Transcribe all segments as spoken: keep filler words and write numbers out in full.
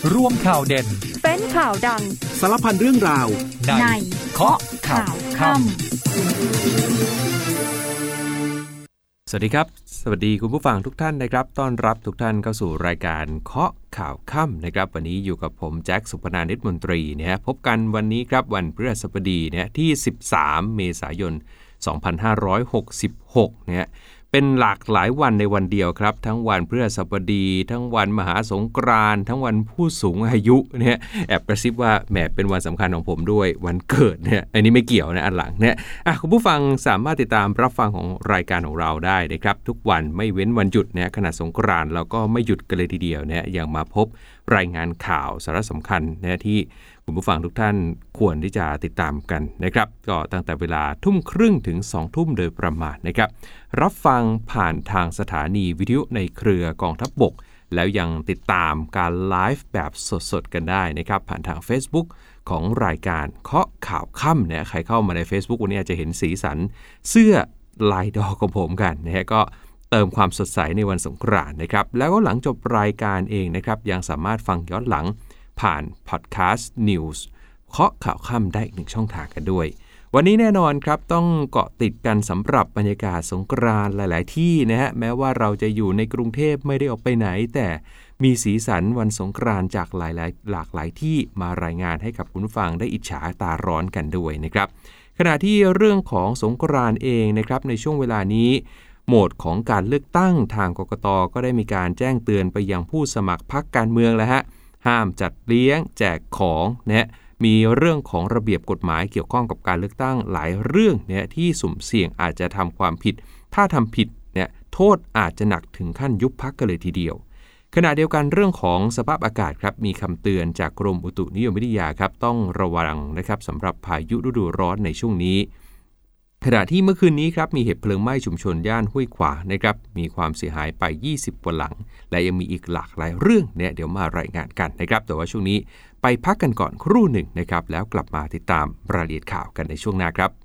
รวมข่าวเด่นเป็นข่าวดังสารพันเรื่องราวในเคาะข่าวค่ำสวัสดีครับสวัสดีคุณผู้ฟังทุกท่านนะครับต้อนรับทุกท่านเข้าสู่รายการเคาะข่าวค่ำนะครับวันนี้อยู่กับผมแจ็คสุพนานิชมนตรีเนี่ยพบกันวันนี้ครับวันพฤหัสบดีเนี่ยที่สิบสามเมษายนสองพันห้าร้อยหกสิบหกเนี่ยเป็นหลากหลายวันในวันเดียวครับทั้งวันพฤหัสบดีทั้งวันมหาสงกรานต์ทั้งวันผู้สูงอายุเนี่ยแอบกระซิบว่าแหมเป็นวันสำคัญของผมด้วยวันเกิดเนี่ยอันนี้ไม่เกี่ยวนะอันหลังเนี่ยอ่ะคุณผู้ฟังสามารถติดตามรับฟังของรายการของเราได้นะครับทุกวันไม่เว้นวันหยุดเนี่ยขณะสงกรานต์เราก็ไม่หยุดกันเลยทีเดียวเนี่ยยังมาพบรายงานข่าวสาระสำคัญนะที่คุณผู้ฟังทุกท่านควรที่จะติดตามกันนะครับก็ตั้งแต่เวลาทุ่มครึ่งถึงสองทุ่มโดยประมาณนะครับรับฟังผ่านทางสถานีวิทยุในเครือกองทัพบกแล้วยังติดตามการไลฟ์แบบสดๆกันได้นะครับผ่านทาง Facebook ของรายการเคาะข่าวค่ำเนี่ยใครเข้ามาใน Facebook วันนี้อาจจะเห็นสีสันเสื้อลายดอกของผมกันนะฮะก็เติมความสดใสในวันสงกรานต์นะครับแล้วก็หลังจบรายการเองนะครับยังสามารถฟังย้อนหลังผ่านพอดแคสต์นิวส์เคาะข่าวค่ำได้อีกหนึ่งช่องทางกันด้วยวันนี้แน่นอนครับต้องเกาะติดกันสำหรับบรรยากาศสงกรานต์หลายๆที่นะฮะแม้ว่าเราจะอยู่ในกรุงเทพไม่ได้ออกไปไหนแต่มีสีสันวันสงกรานต์จากหลายๆหลากหลายที่มารายงานให้กับคุณผู้ฟังได้อิจฉาตาร้อนกันด้วยนะครับขณะที่เรื่องของสงกรานต์เองนะครับในช่วงเวลานี้โหมดของการเลือกตั้งทางกกต.ก็ได้มีการแจ้งเตือนไปยังผู้สมัครพรรคการเมืองแล้วฮะห้ามจัดเลี้ยงแจกของเนี่ยมีเรื่องของระเบียบกฎหมายเกี่ยวข้องกับการเลือกตั้งหลายเรื่องเนี่ยที่สุ่มเสี่ยงอาจจะทำความผิดถ้าทำผิดเนี่ยโทษอาจจะหนักถึงขั้นยุบพรรคกันเลยทีเดียวขณะเดียวกันเรื่องของสภาพอากาศครับมีคำเตือนจากกรมอุตุนิยมวิทยาครับต้องระวังนะครับสำหรับพายุฤดูร้อนในช่วงนี้ขณะที่เมื่อคืนนี้ครับมีเหตุเพลิงไหม้ชุมชนย่านห้วยขวางนะครับมีความเสียหายไปยี่สิบกว่าหลังและยังมีอีกหลากหลายเรื่องเนี่ยเดี๋ยวมารายงานกันนะครับแต่ว่าช่วงนี้ไปพักกันก่อนครู่หนึ่งนะครับแล้วกลับมาติดตามรายละเอียดข่าวกันในช่วงหน้าครับ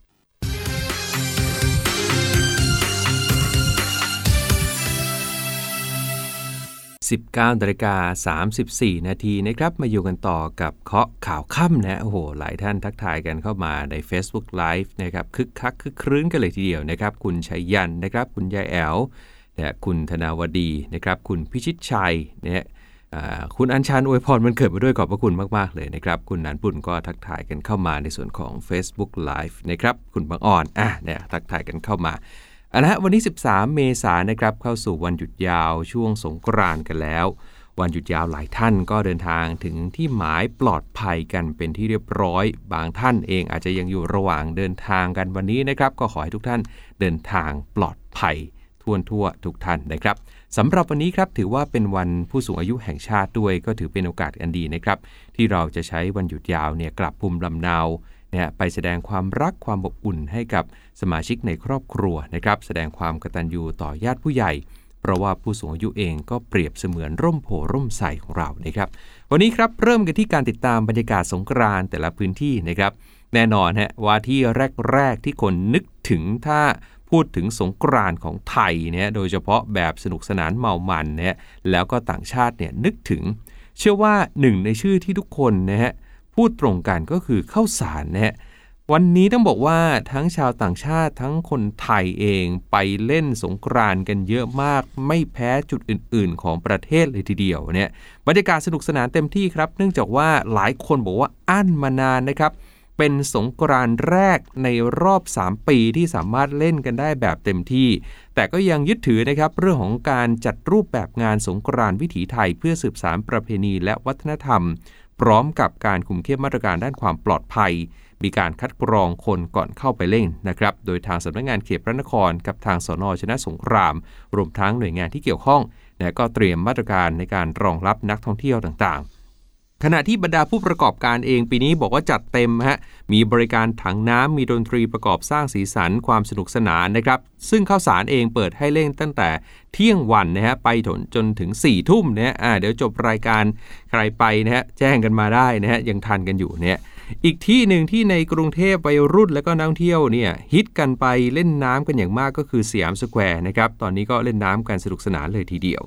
สิบเก้านาฬิกาสามสิบสี่นาทีนะครับมาอยู่กันต่อกับเคาะข่าวค่ำนะโอ้โหหลายท่านทักทายกันเข้ามาใน Facebook Live นะครับคึกคักคึกครื้นกันเลยทีเดียวนะครับคุณชัยยันนะครับคุณยายแอ๋วเนี่ยคุณธนาวดีนะครับคุณพิชิตชัยเนี่ยคุณอัญชันอวยพรวันเกิดมาด้วยขอบพระคุณมากๆเลยนะครับคุณนันปุ่นก็ทักทายกันเข้ามาในส่วนของ Facebook Live นะครับคุณบางอ่อนอ่ะเนี่ยทักทายกันเข้ามาเอาละวันนี้สิบสามเมษายนนะครับเข้าสู่วันหยุดยาวช่วงสงกรานต์กันแล้ววันหยุดยาวหลายท่านก็เดินทางถึงที่หมายปลอดภัยกันเป็นที่เรียบร้อยบางท่านเองอาจจะยังอยู่ระหว่างเดินทางกันวันนี้นะครับก็ขอให้ทุกท่านเดินทางปลอดภัยทั่วทั่วทุกท่านนะครับสำหรับวันนี้ครับถือว่าเป็นวันผู้สูงอายุแห่งชาติด้วยก็ถือเป็นโอกาสอันดีนะครับที่เราจะใช้วันหยุดยาวเนี่ยกลับภูมิลำเนาเนี่ยไปแสดงความรักความอบอุ่นให้กับสมาชิกในครอบครัวนะครับแสดงความกตัญญูต่อญาติผู้ใหญ่เพราะว่าผู้สูงอายุเองก็เปรียบเสมือนร่มโพร่มไทรของเรานะครับวันนี้ครับเริ่มกันที่การติดตามบรรยากาศสงกรานต์แต่ละพื้นที่นะครับแน่นอนฮะว่าที่แรกๆที่คนนึกถึงถ้าพูดถึงสงกรานต์ของไทยเนี่ยโดยเฉพาะแบบสนุกสนานเมามันเนี่ยแล้วก็ต่างชาติเนี่ยนึกถึงเชื่อว่าหนึ่งในชื่อที่ทุกคนนะฮะพูดตรงกันก็คือข้าวสารนะฮะวันนี้ต้องบอกว่าทั้งชาวต่างชาติทั้งคนไทยเองไปเล่นสงกรานต์กันเยอะมากไม่แพ้จุดอื่นๆของประเทศเลยทีเดียวเนี่ยบรรยากาศสนุกสนานเต็มที่ครับเนื่องจากว่าหลายคนบอกว่าอั้นมานานนะครับเป็นสงกรานต์แรกในรอบสามปีที่สามารถเล่นกันได้แบบเต็มที่แต่ก็ยังยึดถือนะครับเรื่องของการจัดรูปแบบงานสงกรานต์วิถีไทยเพื่อสืบสานประเพณีและวัฒนธรรมพร้อมกับการคุมเข้มมาตรการด้านความปลอดภัยมีการคัดกรองคนก่อนเข้าไปเล่นนะครับโดยทางสำนักงานเขตพระนครกับทางสน.ชนะสงครามรวมทั้งหน่วยงานที่เกี่ยวข้องนะก็เตรียมมาตรการในการรองรับนักท่องเที่ยวต่างๆขณะที่บรรดาผู้ประกอบการเองปีนี้บอกว่าจัดเต็มฮะมีบริการถังน้ำมีดนตรีประกอบสร้างสีสันความสนุกสนานนะครับซึ่งข้าวสารเองเปิดให้เล่นตั้งแต่เที่ยงวันนะฮะไปจนจนถึงสี่ทุ่มนะอ่าเดี๋ยวจบรายการใครไปนะฮะแจ้งกันมาได้นะฮะยังทันกันอยู่เนี่ยอีกที่หนึ่งที่ในกรุงเทพวัยรุ่นและก็นักท่องเที่ยวเนี่ยฮิตกันไปเล่นน้ำกันอย่างมากก็คือสยามสแควร์นะครับตอนนี้ก็เล่นน้ำกันสนุกสนานเลยทีเดียว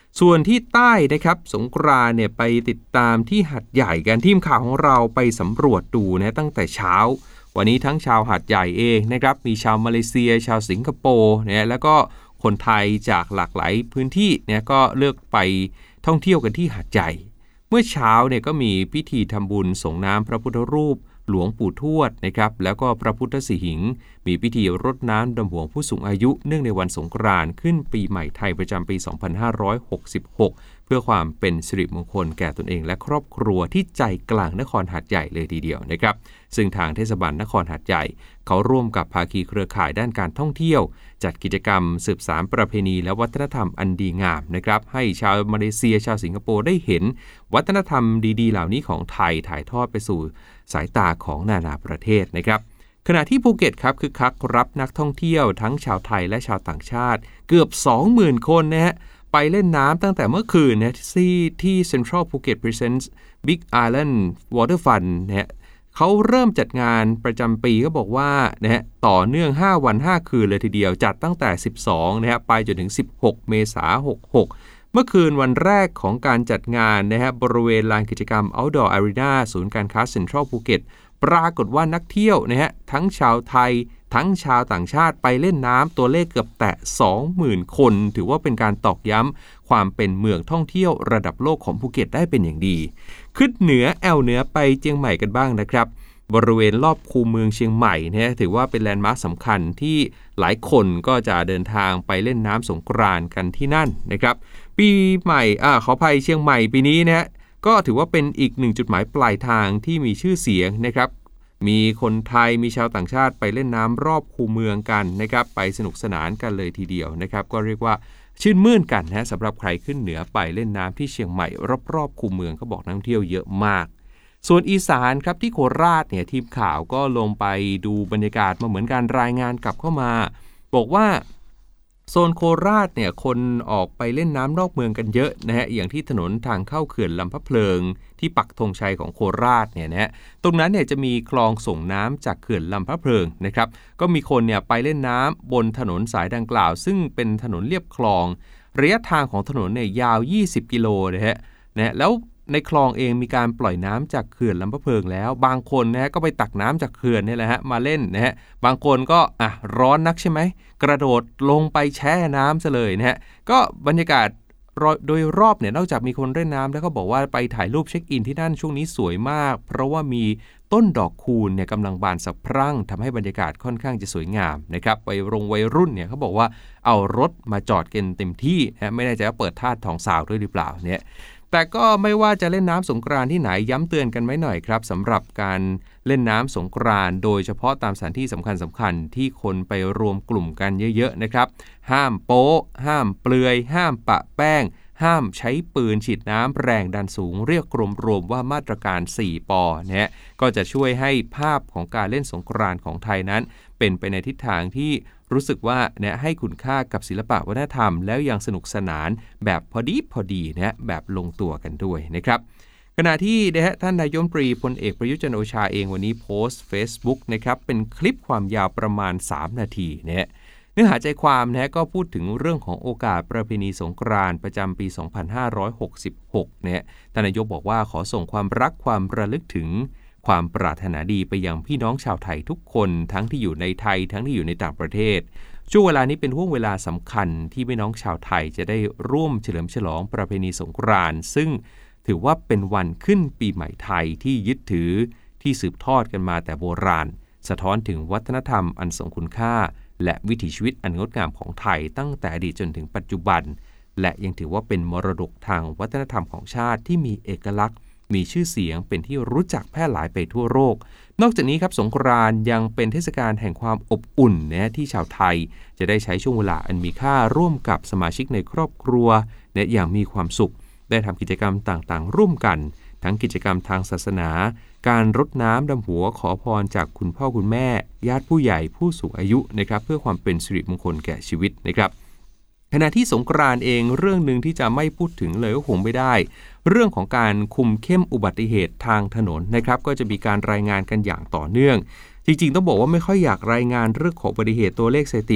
ส่วนที่ใต้นะครับสงกรานต์เนี่ยไปติดตามที่หาดใหญ่กันทีมข่าวของเราไปสำรวจดูนะตั้งแต่เช้าวันนี้ทั้งชาวหาดใหญ่เองนะครับมีชาวมาเลเซียชาวสิงคโปร์เนี่ยแล้วก็คนไทยจากหลากหลายพื้นที่เนี่ยก็เลือกไปท่องเที่ยวกันที่หาดใหญ่เมื่อเช้าเนี่ยก็มีพิธีทำบุญส่งน้ำพระพุทธรูปหลวงปู่ทวดนะครับแล้วก็พระพุทธสิหิงค์มีพิธีรดน้ำดำหัวผู้สูงอายุเนื่องในวันสงกรานต์ขึ้นปีใหม่ไทยประจำปีสองพันห้าร้อยหกสิบหกเพื่อความเป็นสิริมงคลแก่ตนเองและครอบครัวที่ใจกลางนครหาดใหญ่เลยทีเดียวนะครับซึ่งทางเทศบาลนครหาดใหญ่เขาร่วมกับภาคีเครือข่ายด้านการท่องเที่ยวจัดกิจกรรมสืบสานประเพณีและวัฒนธรรมอันดีงามนะครับให้ชาวมาเลเซียชาวสิงคโปร์ได้เห็นวัฒนธรรมดีๆเหล่านี้ของไทยถ่ายทอดไปสู่สายตาของนานาประเทศนะครับขณะที่ภูเก็ตครับคึกคักรับนักท่องเที่ยวทั้งชาวไทยและชาวต่างชาติเกือบ สองหมื่น คนนะฮะไปเล่นน้ำตั้งแต่เมื่อคืนนะที่ที่ Central Phuket Presents Big Island Water Fun นะฮะเขาเริ่มจัดงานประจำปีก็บอกว่านะฮะต่อเนื่องห้าวันห้าคืนเลยทีเดียวจัดตั้งแต่สิบสองนะฮะไปจนถึงสิบหกเมษายนหกหกเมื่อคืนวันแรกของการจัดงานนะฮะบริเวณลานกิจกรรม Outdoor Arena ศูนย์การค้า Central Phuket ปรากฏว่านักเที่ยวนะฮะทั้งชาวไทยทั้งชาวต่างชาติไปเล่นน้ำตัวเลขเกือบแตะ สองหมื่น คนถือว่าเป็นการตอกย้ำความเป็นเมืองท่องเที่ยวระดับโลกของภูเก็ตได้เป็นอย่างดีขึ้นเหนือแอวเหนือไปเชียงใหม่กันบ้างนะครับบริเวณรอบคูเมืองเชียงใหม่เนี่ยถือว่าเป็นแลนด์มาร์คสำคัญที่หลายคนก็จะเดินทางไปเล่นน้ำสงกรานต์กันที่นั่นนะครับปีใหม่อ่าขออภัยเชียงใหม่ปีนี้นะฮะก็ถือว่าเป็นอีกหนึ่งจุดหมายปลายทางที่มีชื่อเสียงนะครับมีคนไทยมีชาวต่างชาติไปเล่นน้ำรอบคูเมืองกันนะครับไปสนุกสนานกันเลยทีเดียวนะครับก็เรียกว่าชื่นมื่นกันนะสำหรับใครขึ้นเหนือไปเล่นน้ำที่เชียงใหม่รอบๆคูเมืองก็บอกนักท่องเที่ยวเยอะมากส่วนอีสานครับที่โคราชเนี่ยทีมข่าวก็ลงไปดูบรรยากาศมาเหมือนการรายงานกลับเข้ามาบอกว่าโซนโคราชเนี่ยคนออกไปเล่นน้ำนอกเมืองกันเยอะนะฮะอย่างที่ถนนทางเข้าเขื่อนลำพะเพลิงที่ปักธงชัยของโคราชเนี่ยนะฮะตรงนั้นเนี่ยจะมีคลองส่งน้ำจากเขื่อนลำพะเพลิงนะครับก็มีคนเนี่ยไปเล่นน้ำบนถนนสายดังกล่าวซึ่งเป็นถนนเลียบคลองระยะทางของถนนเนี่ยยาวยี่สิบกิโลนะฮะนะแล้วในคลองเองมีการปล่อยน้ำจากเขื่อนลำพะเพลิงแล้วบางคนนะฮะก็ไปตักน้ำจากเขื่อนนี่แหละฮะมาเล่นนะฮะบางคนก็อ่ะร้อนนักใช่ไหมกระโดดลงไปแช่น้ำซะเลยนะฮะก็บรรยากาศโดยรอบเนี่ยนอกจากมีคนเล่นน้ำแล้วก็บอกว่าไปถ่ายรูปเช็คอินที่นั่นช่วงนี้สวยมากเพราะว่ามีต้นดอกคูลเนี่ยกำลังบานสะพรั่งทำให้บรรยากาศค่อนข้างจะสวยงามนะครับไปโรงวัยรุ่นเนี่ยเขาบอกว่าเอารถมาจอดกันเต็มที่นะไม่แน่ใจว่าเปิดท่าทองสาวด้วยหรือเปล่าเนี่ยแต่ก็ไม่ว่าจะเล่นน้ำสงกรานต์ที่ไหนย้ำเตือนกันไว้หน่อยครับสำหรับการเล่นน้ำสงกรานต์โดยเฉพาะตามสถานที่สำคัญสำคัญที่คนไปรวมกลุ่มกันเยอะๆนะครับห้ามโป๊ะห้ามเปลือยห้ามปะแป้งห้ามใช้ปืนฉีดน้ำแรงดันสูงเรียกรวมๆว่ามาตรการ สี่ ปอนะฮะก็จะช่วยให้ภาพของการเล่นสงกรานต์ของไทยนั้นเป็นไปในทิศทางที่รู้สึกว่าเนี่ยให้คุณค่ากับศิลปะวัฒนธรรมแล้วยังสนุกสนานแบบพอดีพอดีนะแบบลงตัวกันด้วยนะครับขณะที่นะฮะท่านนายกรัฐมนตรีพลเอกประยุทธ์จันทร์โอชาเองวันนี้โพสต์ Facebook นะครับเป็นคลิปความยาวประมาณสามนาทีนะฮะเนื้อหาใจความนะฮะก็พูดถึงเรื่องของโอกาสประเพณีสงกรานต์ประจำปีสองพันห้าร้อยหกสิบหกนะฮะท่านนายกบอกว่าขอส่งความรักความระลึกถึงความปรารถนาดีไปยังพี่น้องชาวไทยทุกคนทั้งที่อยู่ในไทยทั้งที่อยู่ในต่างประเทศช่วงเวลานี้เป็นห่วงเวลาสำคัญที่พี่น้องชาวไทยจะได้ร่วมเฉลิมฉลองประเพณีสงกรานต์ซึ่งถือว่าเป็นวันขึ้นปีใหม่ไทยที่ยึดถือที่สืบทอดกันมาแต่โบราณสะท้อนถึงวัฒนธรรมอันทรงคุณค่าและวิถีชีวิตอันงดงามของไทยตั้งแต่อดีตจนถึงปัจจุบันและยังถือว่าเป็นมรดกทางวัฒนธรรมของชาติที่มีเอกลักษณ์มีชื่อเสียงเป็นที่รู้จักแพร่หลายไปทั่วโลกนอกจากนี้ครับสงกรานต์ยังเป็นเทศกาลแห่งความอบอุ่นนะที่ชาวไทยจะได้ใช้ช่วงเวลาอันมีค่าร่วมกับสมาชิกในครอบครัวและอย่างมีความสุขได้ทำกิจกรรมต่างๆร่วมกันทั้งกิจกรรมทางศาสนาการรดน้ำดำหัวขอพรจากคุณพ่อคุณแม่ญาติผู้ใหญ่ผู้สูงอายุนะครับเพื่อความเป็นสิริมงคลแก่ชีวิตนะครับขณะที่สงกรานต์เองเรื่องนึงที่จะไม่พูดถึงเลยก็คงไม่ได้เรื่องของการคุมเข้มอุบัติเหตุทางถนนนะครับก็จะมีการรายงานกันอย่างต่อเนื่องจริงๆต้องบอกว่าไม่ค่อยอยากรายงานเรื่องของอุบัติเหตุตัวเลขสถิติ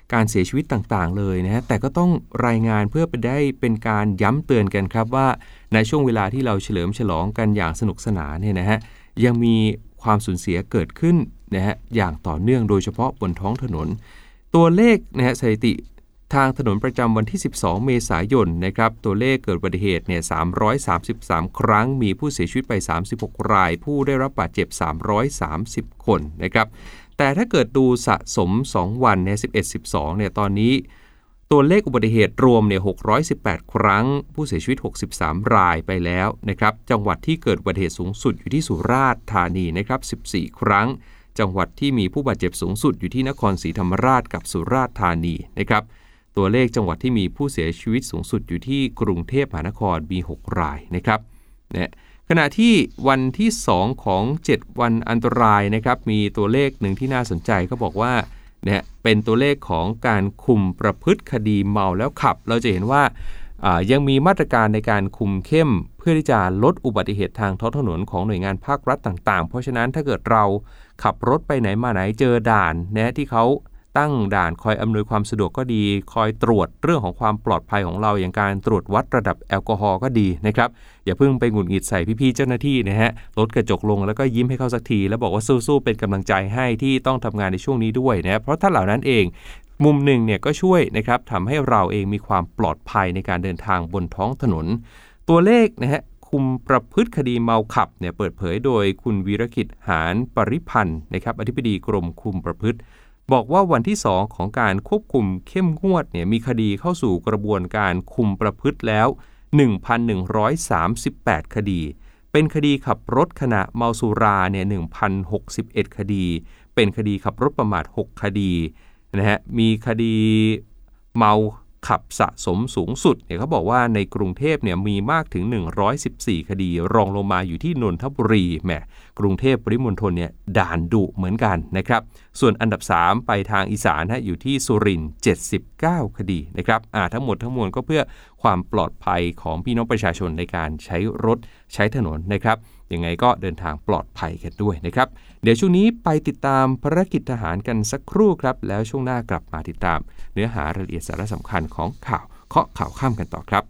การเสียชีวิตต่างๆเลยนะฮะแต่ก็ต้องรายงานเพื่อไปได้เป็นการย้ำเตือนกันครับว่าในช่วงเวลาที่เราเฉลิมฉลองกันอย่างสนุกสนานเนี่ยนะฮะยังมีความสูญเสียเกิดขึ้นนะฮะอย่างต่อเนื่องโดยเฉพาะบนท้องถนนตัวเลขนะฮะสถิติทางถนนประจำวันที่สิบสองเมษายนนะครับตัวเลขเกิดอุบัติเหตุเนี่ยสามร้อยสามสิบสามครั้งมีผู้เสียชีวิตไปสามสิบหกรายผู้ได้รับบาดเจ็บสามร้อยสามสิบคนนะครับแต่ถ้าเกิดดูสะสมสองวันเนี่ยสิบเอ็ด สิบสองเนี่ยตอนนี้ตัวเลขอุบัติเหตุรวมเนี่ยหกร้อยสิบแปดครั้งผู้เสียชีวิตหกสิบสามรายไปแล้วนะครับจังหวัดที่เกิดอุบัติเหตุสูงสุดอยู่ที่สุราษฎร์ธานีนะครับสิบสี่ครั้งจังหวัดที่มีผู้บาดเจ็บสูงสุดอยู่ที่นครศรีธรรมราชกับสุราษฎร์ธานีนะครับตัวเลขจังหวัดที่มีผู้เสียชีวิตสูงสุดอยู่ที่กรุงเทพมหานครมีหกรายนะครับนะขณะที่วันที่สองของเจ็ดวันอันตรายนะครับมีตัวเลขหนึ่งที่น่าสนใจเขาบอกว่าเนี่ยเป็นตัวเลขของการคุมประพฤติคดีเมาแล้วขับเราจะเห็นว่ายังมีมาตรการในการคุมเข้มเพื่อที่จะลดอุบัติเหตุทางท้องถนนของหน่วยงานภาครัฐต่างๆเพราะฉะนั้นถ้าเกิดเราขับรถไปไหนมาไหนเจอด่านนะที่เขาตั้งด่านคอยอำนวยความสะดวกก็ดีคอยตรวจเรื่องของความปลอดภัยของเราอย่างการตรวจวัดระดับแอลกอฮอล์ก็ดีนะครับอย่าเพิ่งไปหงุดหงิดใส่พี่ๆเจ้าหน้าที่นะฮะลดกระจกลงแล้วก็ยิ้มให้เขาสักทีแล้วบอกว่าสู้ๆเป็นกำลังใจให้ที่ต้องทำงานในช่วงนี้ด้วยนะเพราะถ้าเหล่านั้นเองมุมหนึ่งเนี่ยก็ช่วยนะครับทำให้เราเองมีความปลอดภัยในการเดินทางบนท้องถนนตัวเลขนะฮะคุมประพฤติคดีเมาขับเนี่ยเปิดเผยโดยคุณวีรกิจหานปริพันธ์นะครับอธิบดีกรมคุมประพฤติบอกว่าวันที่สองของการควบคุมเข้มงวดเนี่ยมีคดีเข้าสู่กระบวนการคุมประพฤติแล้ว หนึ่งพันหนึ่งร้อยสามสิบแปด คดีเป็นคดีขับรถขณะเมาสุราเนี่ย หนึ่งพันหกสิบเอ็ด คดีเป็นคดีขับรถประมาทหกคดีนะฮะมีคดีเมาขับสะสมสูงสุดเนี่ยเขาบอกว่าในกรุงเทพเนี่ยมีมากถึงหนึ่งร้อยสิบสี่คดีรองลงมาอยู่ที่นนทบุรีแหมกรุงเทพปริมณฑลเนี่ยด่านดุเหมือนกันนะครับส่วนอันดับสามไปทางอีสานฮะอยู่ที่สุรินทร์เจ็ดสิบเก้าคดีนะครับอ่าทั้งหมดทั้งมวลก็เพื่อความปลอดภัยของพี่น้องประชาชนในการใช้รถใช้ถนนนะครับยังไงก็เดินทางปลอดภัยกันด้วยนะครับเดี๋ยวช่วงนี้ไปติดตามภารกิจทหารกันสักครู่ครับแล้วช่วงหน้ากลับมาติดตามเนื้อหารายละเอียดสาระสำคัญของข่าวเคาะข่าวข้ามกันต่อครับ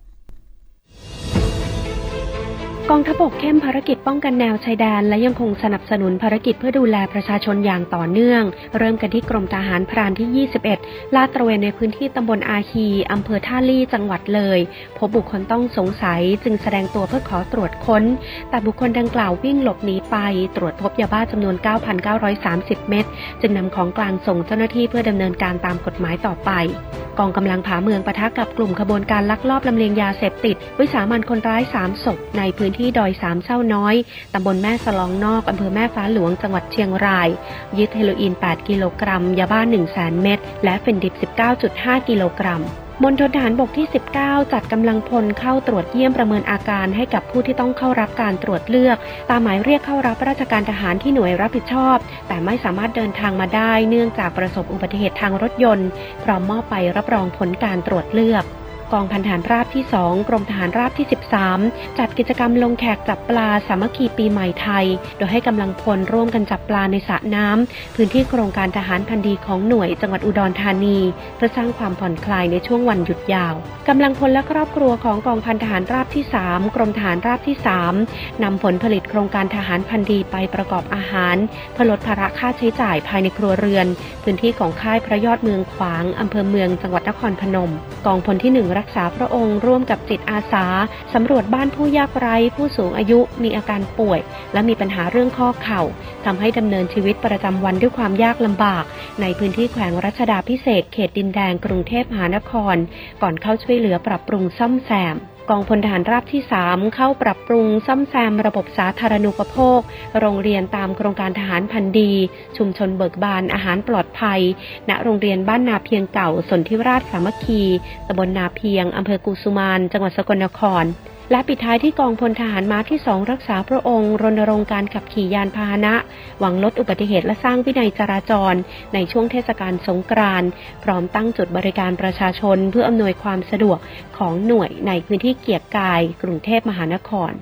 กองทัพบกเข้มภารกิจป้องกันแนวชายแดนและยังคงสนับสนุนภารกิจเพื่อดูแลประชาชนอย่างต่อเนื่องเริ่มกันที่กรมทหารพรานที่ยี่สิบเอ็ดลาดตระเวนในพื้นที่ตำบลอาคีอำเภอท่าลี่จังหวัดเลยพบบุคคลต้องสงสัยจึงแสดงตัวเพื่อขอตรวจค้นแต่บุคคลดังกล่าววิ่งหลบหนีไปตรวจพบยาบ้าจำนวน เก้าพันเก้าร้อยสามสิบ เม็ดจึงนำของกลางส่งเจ้าหน้าที่เพื่อดำเนินการตามกฎหมายต่อไปกองกำลังผาเมืองปะทะกับกลุ่มขบวนการลักลอบลำเลียงยาเสพติดวิสามันคนร้ายสามศพในพื้นที่ดอยสามเศร้าน้อยตำบลแม่สลองนอกอำเภอแม่ฟ้าหลวงจังหวัดเชียงรายยึดเฮโรอีนแปดกิโลกรัมยาบ้า หนึ่งแสน เม็ดและเฟนดิบ สิบเก้าจุดห้า กิโลกรัมมณฑลทหารบกที่สิบเก้าจัดกำลังพลเข้าตรวจเยี่ยมประเมินอาการให้กับผู้ที่ต้องเข้ารับการตรวจเลือกตามหมายเรียกเข้ารับราชการทหารที่หน่วยรับผิดชอบแต่ไม่สามารถเดินทางมาได้เนื่องจากประสบอุบัติเหตุทางรถยนต์พร้อมมอบใบรับรองผลการตรวจเลือกกองพันทหารราบที่สองกรมทหารราบที่สิบสามจัดกิจกรรมลงแขกจับปลาสามัคคีปีใหม่ไทยโดยให้กำลังพลร่วมกันจับปลาในสระน้ำพื้นที่โครงการทหารพันดีของหน่วยจังหวัดอุดรธานีเพื่อสร้างความผ่อนคลายในช่วงวันหยุดยาวกำลังพลและครอบครัวของกองพันทหารราบที่สามกรมทหารราบที่สามนำผลผลิตโครงการทหารพันดีไปประกอบอาหารเพื่อลดภาระค่าใช้จ่ายภายในครัวเรือนพื้นที่ของค่ายพระยอดเมืองขวางอำเภอเมืองจังหวัดนครพนมกองพลที่หนึ่งรักษาพระองค์ร่วมกับจิตอาสาสำรวจบ้านผู้ยากไร้ผู้สูงอายุมีอาการป่วยและมีปัญหาเรื่องข้อเข่าทำให้ดำเนินชีวิตประจำวันด้วยความยากลำบากในพื้นที่แขวงรัชดาภิเษกเขตดินแดงกรุงเทพมหานครก่อนเข้าช่วยเหลือปรับปรุงซ่อมแซมกองพลทหารราบที่สามเข้าปรับปรุงซ่อมแซมระบบสาธารณูปโภคโรงเรียนตามโครงการทหารพันดีชุมชนเบิกบานอาหารปลอดภัยณโรงเรียนบ้านนาเพียงเก่าสนธิราชสามัคคีตำบลนาเพียงอำเภอกุสุมานจังหวัดสกลนครและปิดท้ายที่กองพลทหารม้าที่สองรักษาพระองค์รณรงค์การขับขี่ยานพาหนะหวังลดอุบัติเหตุและสร้างวินัยจราจรในช่วงเทศกาลสงกรานต์พร้อมตั้งจุดบริการประชาชนเพื่ออำนวยความสะดวกของหน่วยในพื้นที่เกียรติกายกรุงเทพมหานคร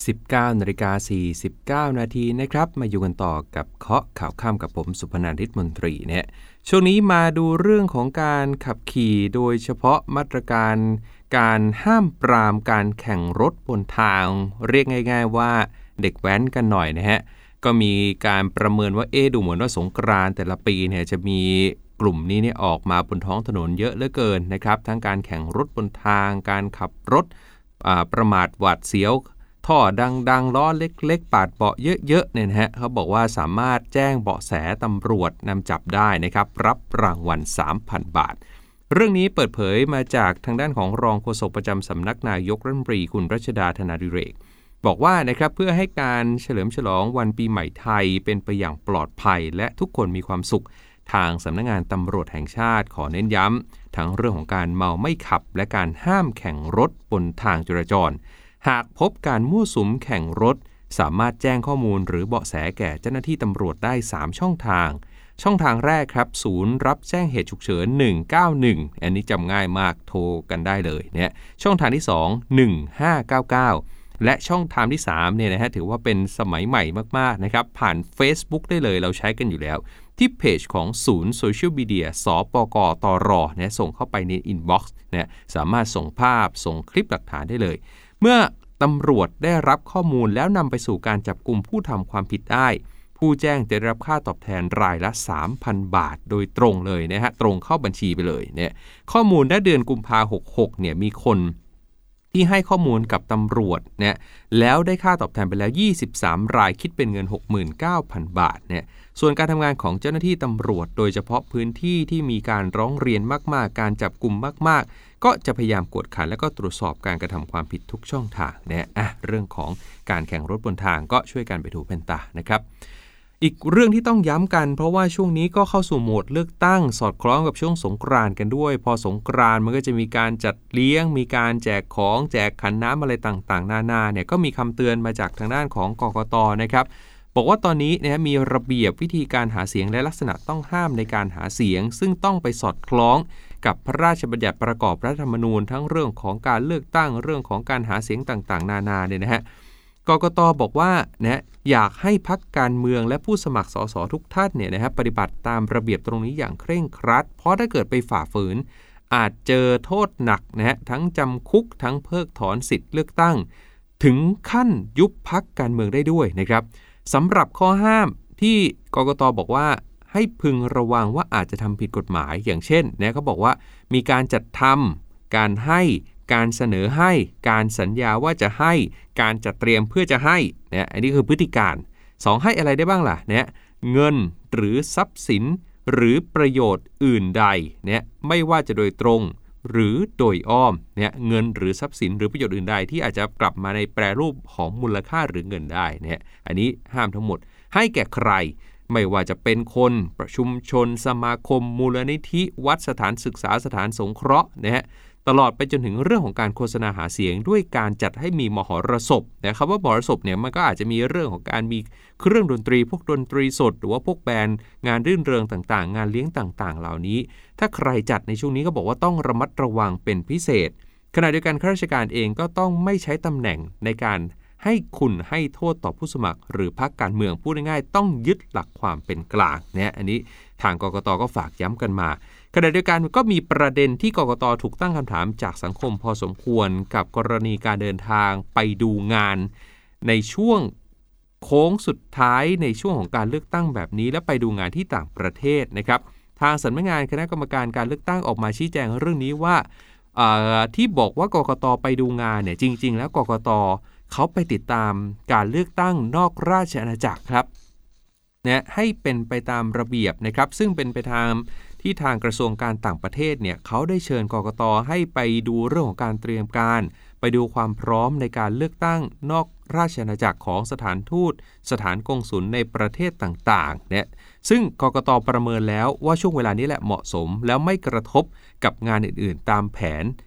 สิบเก้านาฬิกาสี่สิบเก้านาทีนะครับมาอยู่กันต่อกับเคาะข่าวค่ำกับผมสุพนันท์ ฤทธิ์มนตรีเนี่ยช่วงนี้มาดูเรื่องของการขับขี่โดยเฉพาะมาตรการการห้ามปรามการแข่งรถบนทางเรียกง่ายๆว่าเด็กแว้นกันหน่อยนะฮะก็มีการประเมินว่าเอ๊ะดูเหมือนว่าสงกรานต์แต่ละปีเนี่ยจะมีกลุ่มนี้เนี่ยออกมาบนท้องถนนเยอะเหลือเกินนะครับทั้งการแข่งรถบนทางการขับรถประมาทหวาดเสียวท่อดังๆล้อเล็กๆปาดเบาะเยอะๆเนี่ยนะฮะเขาบอกว่าสามารถแจ้งเบาะแสตำรวจนำจับได้นะครับรับรางวัล สามพัน บาทเรื่องนี้เปิดเผยมาจากทางด้านของรองโฆษกประจำสำนักนายกรัฐมนตรีคุณรัชดาธนาดิเรกบอกว่านะครับเพื่อให้การเฉลิมฉลองวันปีใหม่ไทยเป็นไปอย่างปลอดภัยและทุกคนมีความสุขทางสำนักงานตำรวจแห่งชาติขอเน้นย้ำทั้งเรื่องของการเมาไม่ขับและการห้ามแข่งรถบนทางจราจรหากพบการมั่วสุมแข่งรถสามารถแจ้งข้อมูลหรือเบาะแสแก่เจ้าหน้าที่ตำรวจได้สามช่องทางช่องทางแรกครับศูนย์รับแจ้งเหตุฉุกเฉินหนึ่งเก้าหนึ่งอันนี้จำง่ายมากโทรกันได้เลยเนี่ยช่องทางที่สองหนึ่งห้าเก้าเก้าและช่องทางที่สามเนี่ยนะฮะถือว่าเป็นสมัยใหม่มากๆนะครับผ่าน Facebook ได้เลยเราใช้กันอยู่แล้วที่เพจของศูนย์โซเชียลมีเดียสปกตรเนี่ยส่งเข้าไปในอินบ็อกซ์เนี่ยสามารถส่งภาพส่งคลิปหลักฐานได้เลยเมื่อตำรวจได้รับข้อมูลแล้วนำไปสู่การจับกุมผู้ทำความผิดได้ผู้แจ้งจะได้รับค่าตอบแทนรายละ สามพัน บาทโดยตรงเลยนะฮะตรงเข้าบัญชีไปเลยเนี่ยข้อมูลณเดือนกุมภาพันธ์หกสิบหกเนี่ยมีคนที่ให้ข้อมูลกับตำรวจเนี่ยแล้วได้ค่าตอบแทนไปแล้วยี่สิบสามรายคิดเป็นเงิน หกหมื่นเก้าพัน บาทเนี่ยส่วนการทำงานของเจ้าหน้าที่ตำรวจโดยเฉพาะพื้นที่ที่มีการร้องเรียนมากๆการจับกุมมากๆก็จะพยายามกวดขันและก็ตรวจสอบการกระทำความผิดทุกช่องทางเนี่ยอ่ะเรื่องของการแข่งรถบนทางก็ช่วยกันไปถูเป็นตานะครับอีกเรื่องที่ต้องย้ำกันเพราะว่าช่วงนี้ก็เข้าสู่โหมดเลือกตั้งสอดคล้องกับช่วงสงกรานต์กันด้วยพอสงกรานต์มันก็จะมีการจัดเลี้ยงมีการแจกของแจกขันน้ำอะไรต่างๆนานาเนี่ยก็มีคำเตือนมาจากทางด้านของกกต.นะครับบอกว่าตอนนี้นะมีระเบียบวิธีการหาเสียงและลักษณะต้องห้ามในการหาเสียงซึ่งต้องไปสอดคล้องกับพระราชบัญญัติประกอบรัฐธรรมนูญทั้งเรื่องของการเลือกตั้งเรื่องของการหาเสียงต่างๆนานาเนี่ยนะฮะกกต.บอกว่านะอยากให้พรรคการเมืองและผู้สมัครสสทุกท่านเนี่ยนะครับปฏิบัติตามระเบียบตรงนี้อย่างเคร่งครัดเพราะถ้าเกิดไปฝ่าฝืนอาจเจอโทษหนักนะฮะทั้งจำคุกทั้งเพิกถอนสิทธิ์เลือกตั้งถึงขั้นยุบพรรคการเมืองได้ด้วยนะครับสำหรับข้อห้ามที่กกต.บอกว่าให้พึงระวังว่าอาจจะทำผิดกฎหมายอย่างเช่นนะเขาบอกว่ามีการจัดทำการให้การเสนอให้การสัญญาว่าจะให้การจัดเตรียมเพื่อจะให้เนี่ยอันนี้คือพฤติการสองให้อะไรได้บ้างล่ะเนี่ยเงินหรือทรัพย์สินหรือประโยชน์อื่นใดเนี่ยไม่ว่าจะโดยตรงหรือโดยอ้อมเนี่ยเงินหรือทรัพย์สินหรือประโยชน์อื่นใดที่อาจจะกลับมาในแปรรูปของมูลค่าหรือเงินได้เนี่ยอันนี้ห้ามทั้งหมดให้แก่ใครไม่ว่าจะเป็นคนประชุมชนสมาคมมูลนิธิวัดสถานศึกษาสถานสงเคราะห์นะฮะตลอดไปจนถึงเรื่องของการโฆษณาหาเสียงด้วยการจัดให้มีมหรสพนะครับว่ามหรสพเนี่ยมันก็อาจจะมีเรื่องของการมีเครื่องดนตรีพวกดนตรีสดหรือว่าพวกแบนด์งานรื่นเริงต่างๆงานเลี้ยงต่างๆเหล่านี้ถ้าใครจัดในช่วงนี้ก็บอกว่าต้องระมัดระวังเป็นพิเศษขณะเดียวกันข้าราชการเองก็ต้องไม่ใช้ตำแหน่งในการให้คุณให้โทษต่อผู้สมัครหรือพรรคการเมืองพูดง่ายๆต้องยึดหลักความเป็นกลางเนี่ยอันนี้ทางกกต.ก็ฝากย้ำกันมาขณะเดียวกันก็มีประเด็นที่กกต.ถูกตั้งคำถามจากสังคมพอสมควรกับกรณีการเดินทางไปดูงานในช่วงโค้งสุดท้ายในช่วงของการเลือกตั้งแบบนี้และไปดูงานที่ต่างประเทศนะครับทางสำนักงานคณะกรรมการการเลือกตั้งออกมาชี้แจงเรื่องนี้ว่าที่บอกว่ากกต.ไปดูงานเนี่ยจริงๆแล้วกกต.เขาไปติดตามการเลือกตั้งนอกราชอาณาจักรครับเนี่ยให้เป็นไปตามระเบียบนะครับซึ่งเป็นไปตามที่ทางกระทรวงการต่างประเทศเนี่ยเขาได้เชิญกกต.ให้ไปดูเรื่องของการเตรียมการไปดูความพร้อมในการเลือกตั้งนอกราชอาณาจักรของสถานทูตสถานกงสุลในประเทศต่างๆเนี่ยซึ่งกกต.ประเมินแล้วว่าช่วงเวลานี้แหละเหมาะสมแล้วไม่กระทบกับงานอื่นๆตามแผน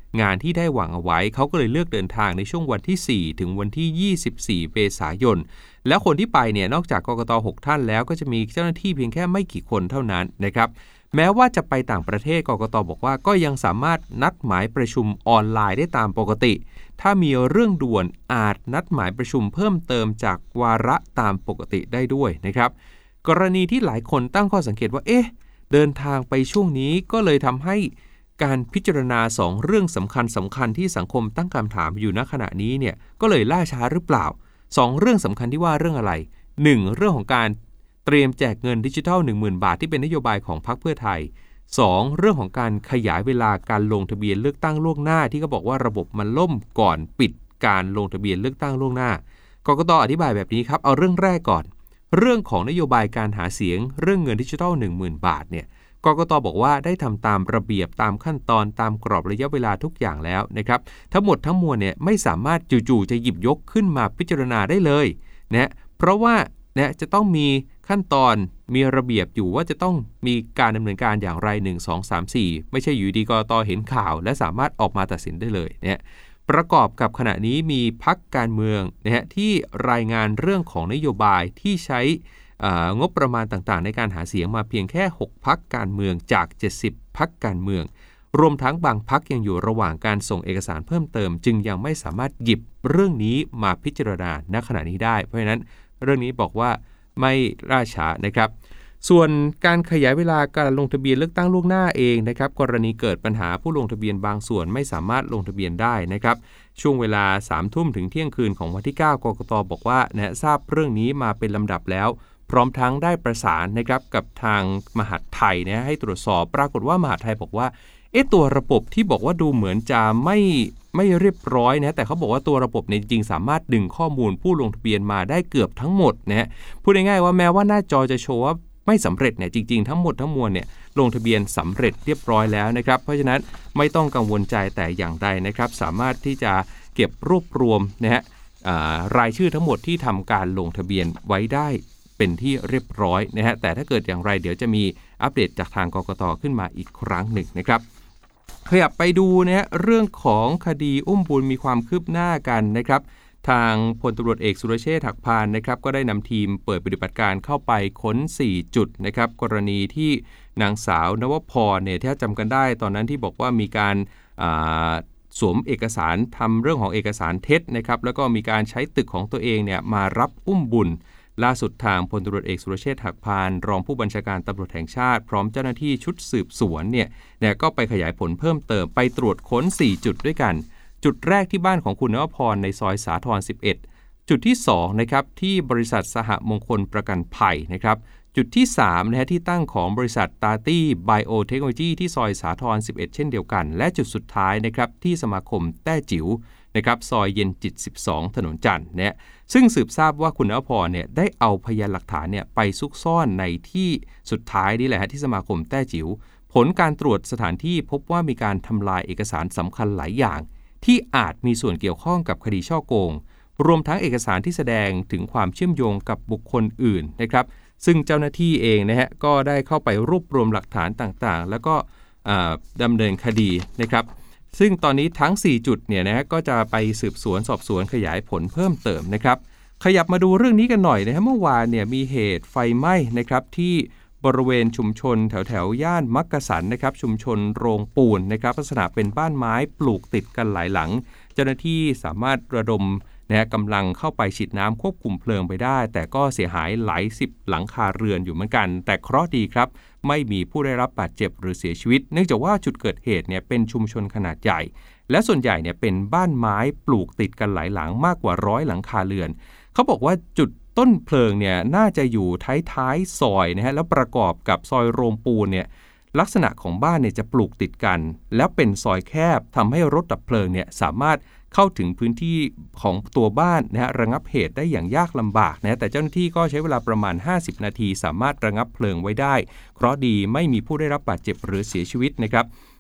งานที่ได้หวังเอาไว้เขาก็เลยเลือกเดินทางในช่วงวันที่สี่ถึงวันที่ยี่สิบสี่เมษายนแล้วคนที่ไปเนี่ยนอกจากกกตหกท่านแล้วก็จะมีเจ้าหน้าที่เพียงแค่ไม่กี่คนเท่านั้นนะครับแม้ว่าจะไปต่างประเทศกกตบอกว่าก็ยังสามารถนัดหมายประชุมออนไลน์ได้ตามปกติถ้ามีเรื่องด่วนอาจนัดหมายประชุมเพิ่มเติมจากวาระตามปกติได้ด้วยนะครับกรณีที่หลายคนตั้งข้อสังเกตว่าเอ๊ะเดินทางไปช่วงนี้ก็เลยทำให้การพิจารณาสองเรื่องสำคัญสำคัญที่สังคมตั้งคำถามอยู่ณขณะนี้เนี่ยก็เลยล่าช้าหรือเปล่าสองเรื่องสำคัญที่ว่าเรื่องอะไรหนึ่งเรื่องของการเตรียมแจกเงินดิจิทัล หนึ่งหมื่น บาทที่เป็นนโยบายของพรรคเพื่อไทยสองเรื่องของการขยายเวลาการลงทะเบียนเลือกตั้งล่วงหน้าที่เขาบอกว่าระบบมันล่มก่อนปิดการลงทะเบียนเลือกตั้งล่วงหน้ากกต.อธิบายแบบนี้ครับเอาเรื่องแรกก่อนเรื่องของนโยบายการหาเสียงเรื่องเงินดิจิทัล หนึ่งหมื่น บาทเนี่ยกกต.บอกว่าได้ทำตามระเบียบตามขั้นตอนตามกรอบระยะเวลาทุกอย่างแล้วนะครับทั้งหมดทั้งมวลเนี่ยไม่สามารถจู่ๆจะหยิบยกขึ้นมาพิจารณาได้เลยนะเพราะว่านะจะต้องมีขั้นตอนมีระเบียบอยู่ว่าจะต้องมีการดำเนินการอย่างไรหนึ่ง สอง สาม สี่ไม่ใช่อยู่ดีกกต.เห็นข่าวและสามารถออกมาตัดสินได้เลยเนี่ยประกอบกับขณะนี้มีพรรคการเมืองนะฮะที่รายงานเรื่องของนโยบายที่ใช้งบประมาณต่างๆในการหาเสียงมาเพียงแค่หกพรรคการเมืองจากเจ็ดสิบพรรคการเมืองรวมทั้งบางพรรคยังอยู่ระหว่างการส่งเอกสารเพิ่มเติมจึงยังไม่สามารถหยิบเรื่องนี้มาพิจารณาณขณะนี้ได้เพราะฉะนั้นเรื่องนี้บอกว่าไม่ล่าช้านะครับส่วนการขยายเวลาการลงทะเบียนเลือกตั้งล่วงหน้าเองนะครับกรณีเกิดปัญหาผู้ลงทะเบียนบางส่วนไม่สามารถลงทะเบียนได้นะครับช่วงเวลาสามทุ่มถึงเที่ยงคืนของวันที่เก้ากกต.บอกว่านะทราบเรื่องนี้มาเป็นลำดับแล้วพร้อมทั้งได้ประสานนะครับกับทางมหาดไทยนะให้ตรวจสอบปรากฏว่ามหาดไทยบอกว่าเอ๊ะตัวระบบที่บอกว่าดูเหมือนจะไม่ไม่เรียบร้อยนะแต่เขาบอกว่าตัวระบบเนี่ยจริงๆสามารถดึงข้อมูลผู้ลงทะเบียนมาได้เกือบทั้งหมดนะฮะพูดง่ายๆว่าแม้ว่าหน้าจอจะโชว์ว่าไม่สำเร็จเนี่ยจริงๆทั้งหมดทั้งมวลเนี่ยลงทะเบียนสำเร็จเรียบร้อยแล้วนะครับเพราะฉะนั้นไม่ต้องกังวลใจแต่อย่างใดนะครับสามารถที่จะเก็บรวบรวมนะฮะรายชื่อทั้งหมดที่ทำการลงทะเบียนไว้ได้เป็นที่เรียบร้อยนะฮะแต่ถ้าเกิดอย่างไรเดี๋ยวจะมีอัปเดตจากทางกกต.ขึ้นมาอีกครั้งหนึ่งนะครับขยับไปดูนะฮะเรื่องของคดีอุ้มบุญมีความคืบหน้ากันนะครับทางพลตำรวจเอกสุรเชษฐ์หักพานนะครับก็ได้นำทีมเปิดปฏิบัติการเข้าไปค้นสี่จุดนะครับกรณีที่นางสาวนวพรเนี่ยถ้าจำกันได้ตอนนั้นที่บอกว่ามีการสวมเอกสารทำเรื่องของเอกสารเท็จนะครับแล้วก็มีการใช้ตึกของตัวเองเนี่ยมารับอุ้มบุญล่าสุดทางพลตำรวจเอกสุรเชษฐ์หักพานรองผู้บัญชาการตำรวจแห่งชาติพร้อมเจ้าหน้าที่ชุดสืบสวนเนี่ยเนี่ยก็ไปขยายผลเพิ่มเติมไปตรวจค้นสี่จุดด้วยกันจุดแรกที่บ้านของคุณนวพรในซอยสาทรสิบเอ็ดจุดที่สองนะครับที่บริษัทสหมงคลประกันภัยนะครับจุดที่สามนะฮะที่ตั้งของบริษัทตาตี้ไบโอเทคโนโลยีที่ซอยสาทรสิบเอ็ดเช่นเดียวกันและจุดสุดท้ายนะครับที่สมาคมแต้จิ๋วนะครับซอยเย็นจิตสิบสองถนนจันทร์เนี่ยซึ่งสืบทราบว่าคุณนวพรเนี่ยได้เอาพยานหลักฐานเนี่ยไปซุกซ่อนในที่สุดท้ายนี่แหละฮะที่สมาคมแต้จิ๋วผลการตรวจสถานที่พบว่ามีการทำลายเอกสารสำคัญหลายอย่างที่อาจมีส่วนเกี่ยวข้องกับคดีฉ้อโกงรวมทั้งเอกสารที่แสดงถึงความเชื่อมโยงกับบุคคลอื่นนะครับซึ่งเจ้าหน้าที่เองนะฮะก็ได้เข้าไปรวบรวมหลักฐานต่างๆแล้วก็ดำเนินคดีนะครับซึ่งตอนนี้ทั้งสี่จุดเนี่ยนะฮะก็จะไปสืบสวนสอบสวนขยายผลเพิ่มเติมนะครับขยับมาดูเรื่องนี้กันหน่อยนะฮะเมื่อวานเนี่ยมีเหตุไฟไหม้นะครับที่บริเวณชุมชนแถวแถวย่านมักกะสันนะครับชุมชนโรงปูนนะครับลักษณะเป็นบ้านไม้ปลูกติดกันหลายหลังเจ้าหน้าที่สามารถระดมนะกำลังเข้าไปฉีดน้ำควบคุมเพลิงไปได้แต่ก็เสียหายหลายสิบหลังคาเรือนอยู่เหมือนกันแต่เคราะห์ดีครับไม่มีผู้ได้รับบาดเจ็บหรือเสียชีวิตเนื่องจากว่าจุดเกิดเหตุเนี่ยเป็นชุมชนขนาดใหญ่และส่วนใหญ่เนี่ยเป็นบ้านไม้ปลูกติดกันหลายหลังมากกว่าร้อยหลังคาเรือนเขาบอกว่าจุดต้นเพลิงเนี่ยน่าจะอยู่ท้ายๆซอยนะฮะแล้วประกอบกับซอยโรงปูนเนี่ยลักษณะของบ้านเนี่ยจะปลูกติดกันแล้วเป็นซอยแคบทำให้รถดับเพลิงเนี่ยสามารถเข้าถึงพื้นที่ของตัวบ้านนะฮะระงับเหตุได้อย่างยากลำบากนะแต่เจ้าหน้าที่ก็ใช้เวลาประมาณห้าสิบนาทีสามารถระงับเพลิงไว้ได้เคราะห์ดีไม่มีผู้ได้รับบาดเจ็บหรือเสียชีวิตนะครับ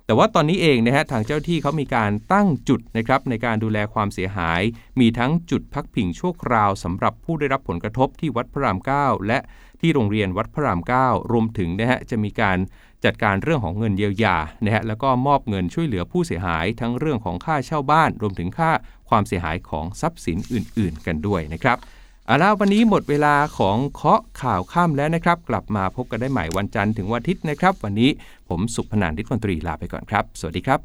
แต่ว่าตอนนี้เองนะฮะทางเจ้าที่เขามีการตั้งจุดนะครับในการดูแลความเสียหายมีทั้งจุดพักพิงชั่วคราวสำหรับผู้ได้รับผลกระทบที่วัดพระรามเก้าและที่โรงเรียนวัดพระรามเก้ารวมถึงนะฮะจะมีการจัดการเรื่องของเงินเยียวยานะฮะแล้วก็มอบเงินช่วยเหลือผู้เสียหายทั้งเรื่องของค่าเช่าบ้านรวมถึงค่าความเสียหายของทรัพย์สินอื่นๆกันด้วยนะครับเอาล่ะวันนี้หมดเวลาของเคาะข่าวค่ำแล้วนะครับกลับมาพบกันได้ใหม่วันจันทร์ถึงวันอาทิตย์นะครับวันนี้ผมสุพนันท์ ฤทธิ์มนตรีลาไปก่อนครับสวัสดีครับ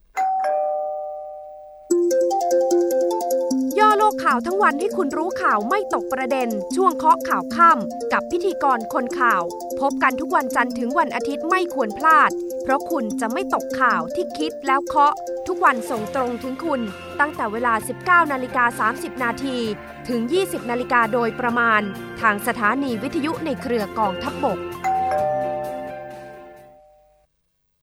ย่อโลกข่าวทั้งวันให้คุณรู้ข่าวไม่ตกประเด็นช่วงเคาะข่าวค่ำกับพิธีกรคนข่าวพบกันทุกวันจันทร์ถึงวันอาทิตย์ไม่ควรพลาดเพราะคุณจะไม่ตกข่าวที่คิดแล้วเคาะทุกวันส่งตรงถึงคุณตั้งแต่เวลา สิบเก้านาฬิกาสามสิบนาทีถึง ยี่สิบนาฬิกาโดยประมาณทางสถานีวิทยุในเครือกองทัพบก